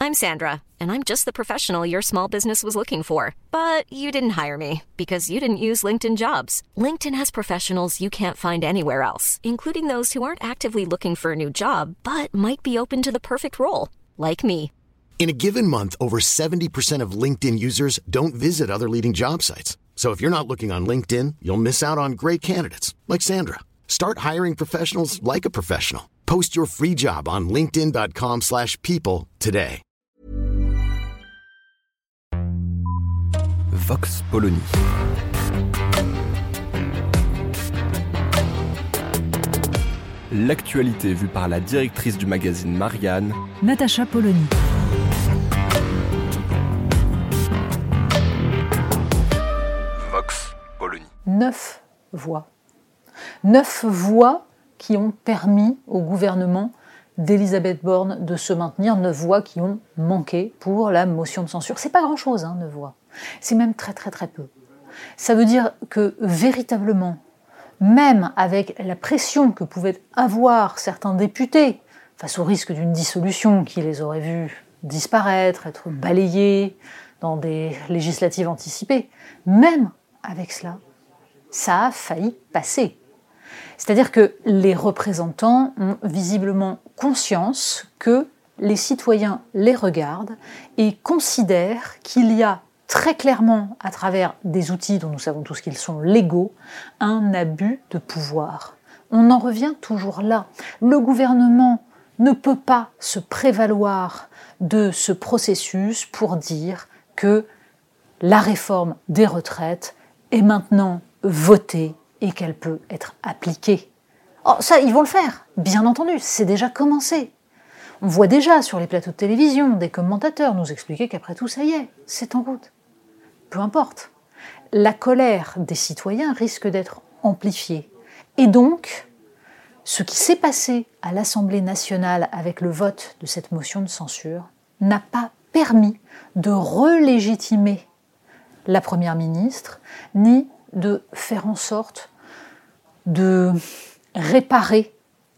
I'm Sandra, and I'm just the professional your small business was looking for. But you didn't hire me because you didn't use LinkedIn Jobs. LinkedIn has professionals you can't find anywhere else, including those who aren't actively looking for a new job, but might be open to the perfect role, like me. In a given month, over 70% of LinkedIn users don't visit other leading job sites. So if you're not looking on LinkedIn, you'll miss out on great candidates like Sandra. Start hiring professionals like a professional. Post your free job on linkedin.com/people today. Vox Polony. L'actualité vue par la directrice du magazine Marianne, Natacha Polony. Vox Polony. 9 voix. 9 voix qui ont permis au gouvernement d'Elisabeth Borne de se maintenir, 9 voix qui ont manqué pour la motion de censure. C'est pas grand-chose, 9 voix. C'est même très très très peu. Ça veut dire que véritablement, même avec la pression que pouvaient avoir certains députés face au risque d'une dissolution qui les aurait vus disparaître, être balayés dans des législatives anticipées, même avec cela, ça a failli passer. C'est-à-dire que les représentants ont visiblement conscience que les citoyens les regardent et considèrent qu'il y a très clairement, à travers des outils dont nous savons tous qu'ils sont légaux, un abus de pouvoir. On en revient toujours là. Le gouvernement ne peut pas se prévaloir de ce processus pour dire que la réforme des retraites est maintenant votée et qu'elle peut être appliquée. Oh, ça, ils vont le faire, bien entendu, c'est déjà commencé. On voit déjà sur les plateaux de télévision des commentateurs nous expliquer qu'après tout, ça y est, c'est en route. Peu importe. La colère des citoyens risque d'être amplifiée. Et donc, ce qui s'est passé à l'Assemblée nationale avec le vote de cette motion de censure n'a pas permis de relégitimer la Première ministre, ni de faire en sorte de réparer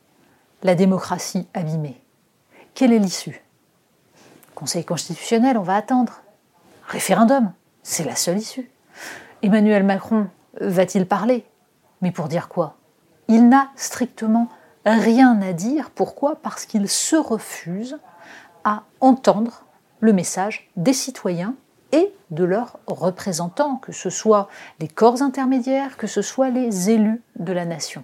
la démocratie abîmée. Quelle est l'issue ? Conseil constitutionnel, on va attendre. Référendum, c'est la seule issue. Emmanuel Macron va-t-il parler ? Mais pour dire quoi ? Il n'a strictement rien à dire. Pourquoi ? Parce qu'il se refuse à entendre le message des citoyens et de leurs représentants, que ce soit les corps intermédiaires, que ce soit les élus de la nation.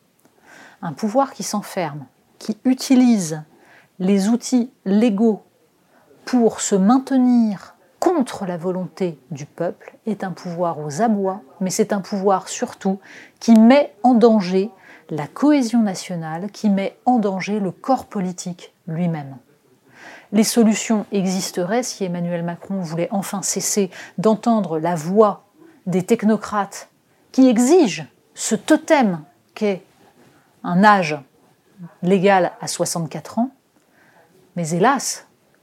Un pouvoir qui s'enferme, qui utilise les outils légaux pour se maintenir contre la volonté du peuple, est un pouvoir aux abois, mais c'est un pouvoir surtout qui met en danger la cohésion nationale, qui met en danger le corps politique lui-même. Les solutions existeraient si Emmanuel Macron voulait enfin cesser d'entendre la voix des technocrates qui exigent ce totem qu'est un âge légal à 64 ans. Mais hélas,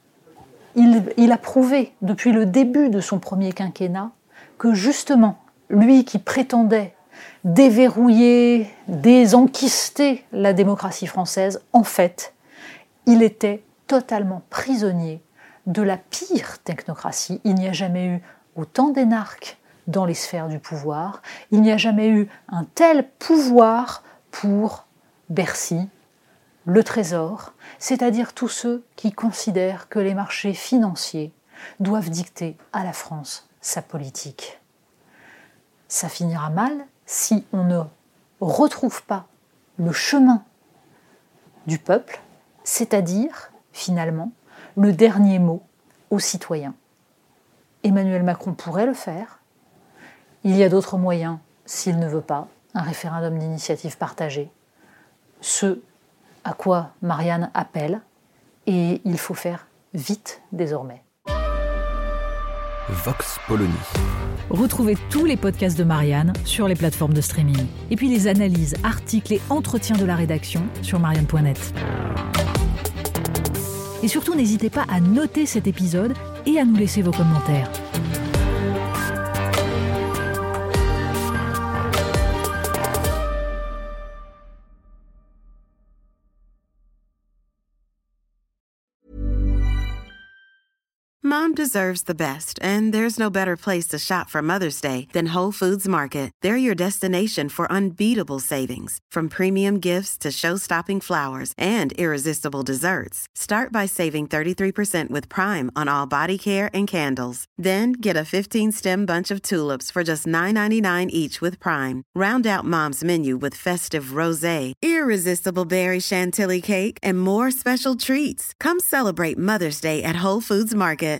il a prouvé depuis le début de son premier quinquennat que justement, lui qui prétendait déverrouiller, désenquister la démocratie française, en fait, il était totalement prisonnier de la pire technocratie. Il n'y a jamais eu autant d'énarques dans les sphères du pouvoir, il n'y a jamais eu un tel pouvoir pour Bercy, le Trésor, c'est-à-dire tous ceux qui considèrent que les marchés financiers doivent dicter à la France sa politique. Ça finira mal si on ne retrouve pas le chemin du peuple, c'est-à-dire, finalement, le dernier mot aux citoyens. Emmanuel Macron pourrait le faire. Il y a d'autres moyens, s'il ne veut pas, un référendum d'initiative partagée. Ce à quoi Marianne appelle, et il faut faire vite désormais. Vox Polony. Retrouvez tous les podcasts de Marianne sur les plateformes de streaming. Et puis les analyses, articles et entretiens de la rédaction sur marianne.net. Et surtout, n'hésitez pas à noter cet épisode et à nous laisser vos commentaires. Mom deserves the best, and there's no better place to shop for Mother's Day than Whole Foods Market. They're your destination for unbeatable savings, from premium gifts to show-stopping flowers and irresistible desserts. Start by saving 33% with Prime on all body care and candles. Then get a 15-stem bunch of tulips for just $9.99 each with Prime. Round out Mom's menu with festive rosé, irresistible berry chantilly cake, and more special treats. Come celebrate Mother's Day at Whole Foods Market.